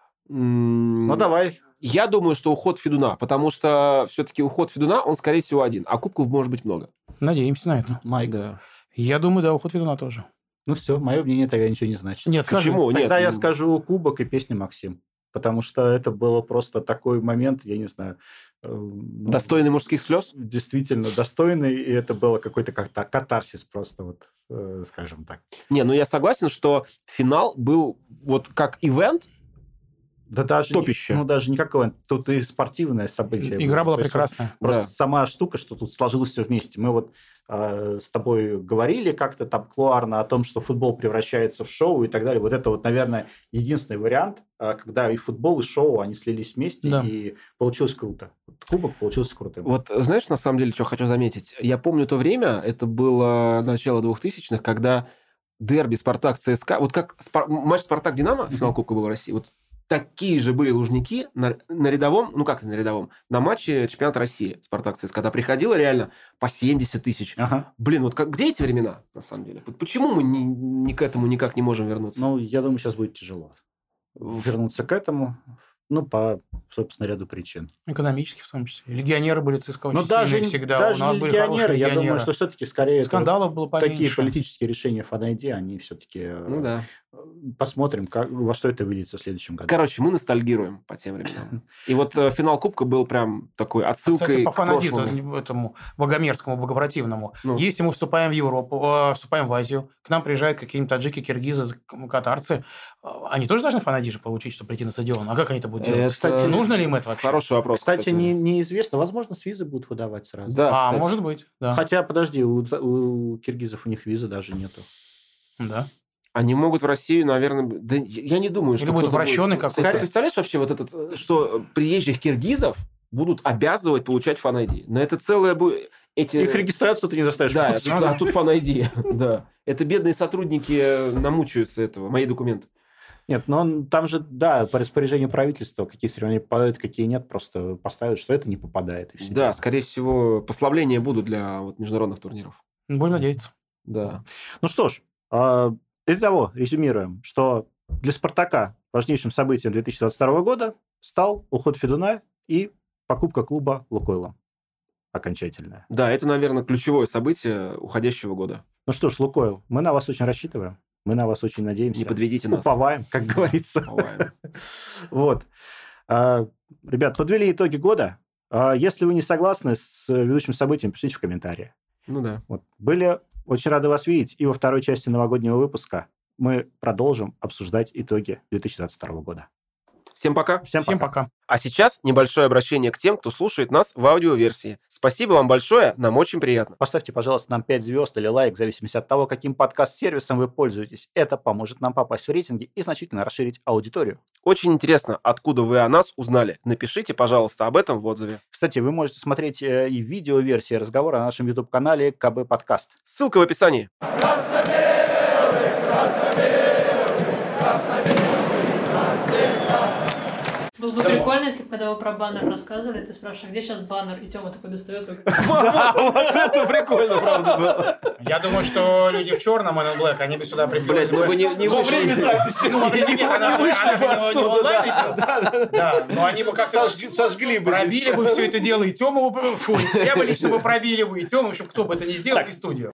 Ну, Ну, давай. Я думаю, что уход Федуна, потому что все-таки уход Федуна, он, скорее всего, один, а кубков может быть много. Надеемся на это. Майк. Да. Я думаю, да, уход Федуна тоже. Ну, все, мое мнение тогда ничего не значит. Нет, скажи. Почему? Тогда Нет, я скажу «Кубок» и песня «Максим». Потому что это было просто такой момент, я не знаю... достойный мужских слез? Действительно достойный, и это было какой-то как-то катарсис просто, вот, скажем так. Не, ну я согласен, что финал был вот как ивент. Да даже, Топище. даже не как ивент, тут и спортивное событие. Игра была То есть прекрасная. Просто Да. сама штука, что тут сложилось все вместе. Мы вот с тобой говорили как-то там кулуарно о том, что футбол превращается в шоу и так далее. Вот это вот, наверное, единственный вариант, когда и футбол, и шоу, они слились вместе, Да. и получилось круто. Вот Кубок получился крутым. Вот знаешь, на самом деле, что хочу заметить? Я помню то время, это было начало 2000-х, когда дерби «Спартак-ЦСКА», вот как матч «Спартак-Динамо», финал Кубка был в России, вот такие же были лужники на рядовом, на матче чемпионата России «Спартак-ЦСКА», когда приходило реально по 70 тысяч. Ага. Блин, вот где эти времена, на самом деле? Вот почему мы ни к этому никак не можем вернуться? Ну, я думаю, сейчас будет тяжело вернуться к этому, по, собственно, ряду причин. Экономически в том числе. Легионеры были ЦСКА очень Но даже, сильные всегда. даже У нас не были легионеры, хорошие я легионеры. думаю, что все-таки скорее Скандалов было поменьше. такие политические решения ФНИД, они все-таки... Ну да. Посмотрим, во что это выльется в следующем году. Короче, мы ностальгируем по тем временам. И вот финал Кубка был прям такой отсылкой Кстати, по к прошлому. фанадиту, этому богомерзкому, богопротивному. Ну. Если мы вступаем в Европу, вступаем в Азию, к нам приезжают какие-нибудь таджики, киргизы, катарцы, они тоже должны фанадижи получить, чтобы прийти на стадион? А как они это будут делать? Кстати, нужно ли им это вообще? Хороший вопрос, Кстати, неизвестно. Возможно, с визы будут выдавать сразу. Да, кстати. может быть, да. Хотя, подожди, у киргизов у них визы даже нету. Да. Они могут в Россию, наверное... Да, я не думаю, что Или будет кто-то упрощенный какой-то. Кстати, представляешь вообще вот этот, что приезжих киргизов будут обязывать получать фан-ID? На это целое... Их регистрацию ты не заставишь. Да, а тут фан-ID. Да. Это бедные сотрудники намучаются этого. Мои документы. Нет, но там же, да, по распоряжению правительства, какие соревнования попадают, какие нет, просто поставят, что это не попадает. И все Да, дела. скорее всего, послабления будут для международных турниров. Будем надеяться. Да. Ну что ж, итого, резюмируем, что для «Спартака» важнейшим событием 2022 года стал уход Федуна и покупка клуба «Лукойла». Окончательная. Да, это, наверное, ключевое событие уходящего года. Ну что ж, «Лукойл», мы на вас очень рассчитываем, мы на вас очень надеемся. Не подведите нас. Уповаем, как говорится. Уповаем. Вот. Ребят, подвели итоги года. Если вы не согласны с ведущим событием, пишите в комментарии. Ну да. Вот. Были очень рады вас видеть. И во второй части новогоднего выпуска мы продолжим обсуждать итоги 2022 года. Всем пока. Всем пока. А сейчас небольшое обращение к тем, кто слушает нас в аудиоверсии. Спасибо вам большое, нам очень приятно. Поставьте, пожалуйста, нам 5 звезд или лайк, в зависимости от того, каким подкаст-сервисом вы пользуетесь. Это поможет нам попасть в рейтинги и значительно расширить аудиторию. Очень интересно, откуда вы о нас узнали. Напишите, пожалуйста, об этом в отзыве. Кстати, вы можете смотреть и видеоверсии разговора на нашем YouTube-канале КБ Подкаст. Ссылка в описании. Красно-белый, красно-белый, красно-белый, навсегда. прикольно, если когда вы про баннер рассказывали, ты спрашиваешь, где сейчас баннер, и Тёма такой достает. Вот это прикольно, правда, было. Я думаю, что люди в черном, Man in Black, они бы сюда прибили. Блять, мы бы не Во вышли. время записи. Нет, она же не онлайн идет. Да, но они бы как-то Сожгли бы. пробили бы все это дело, и Тему бы, фу, я бы лично бы пробили бы, и Тему, в общем, кто бы это ни сделал, и студию.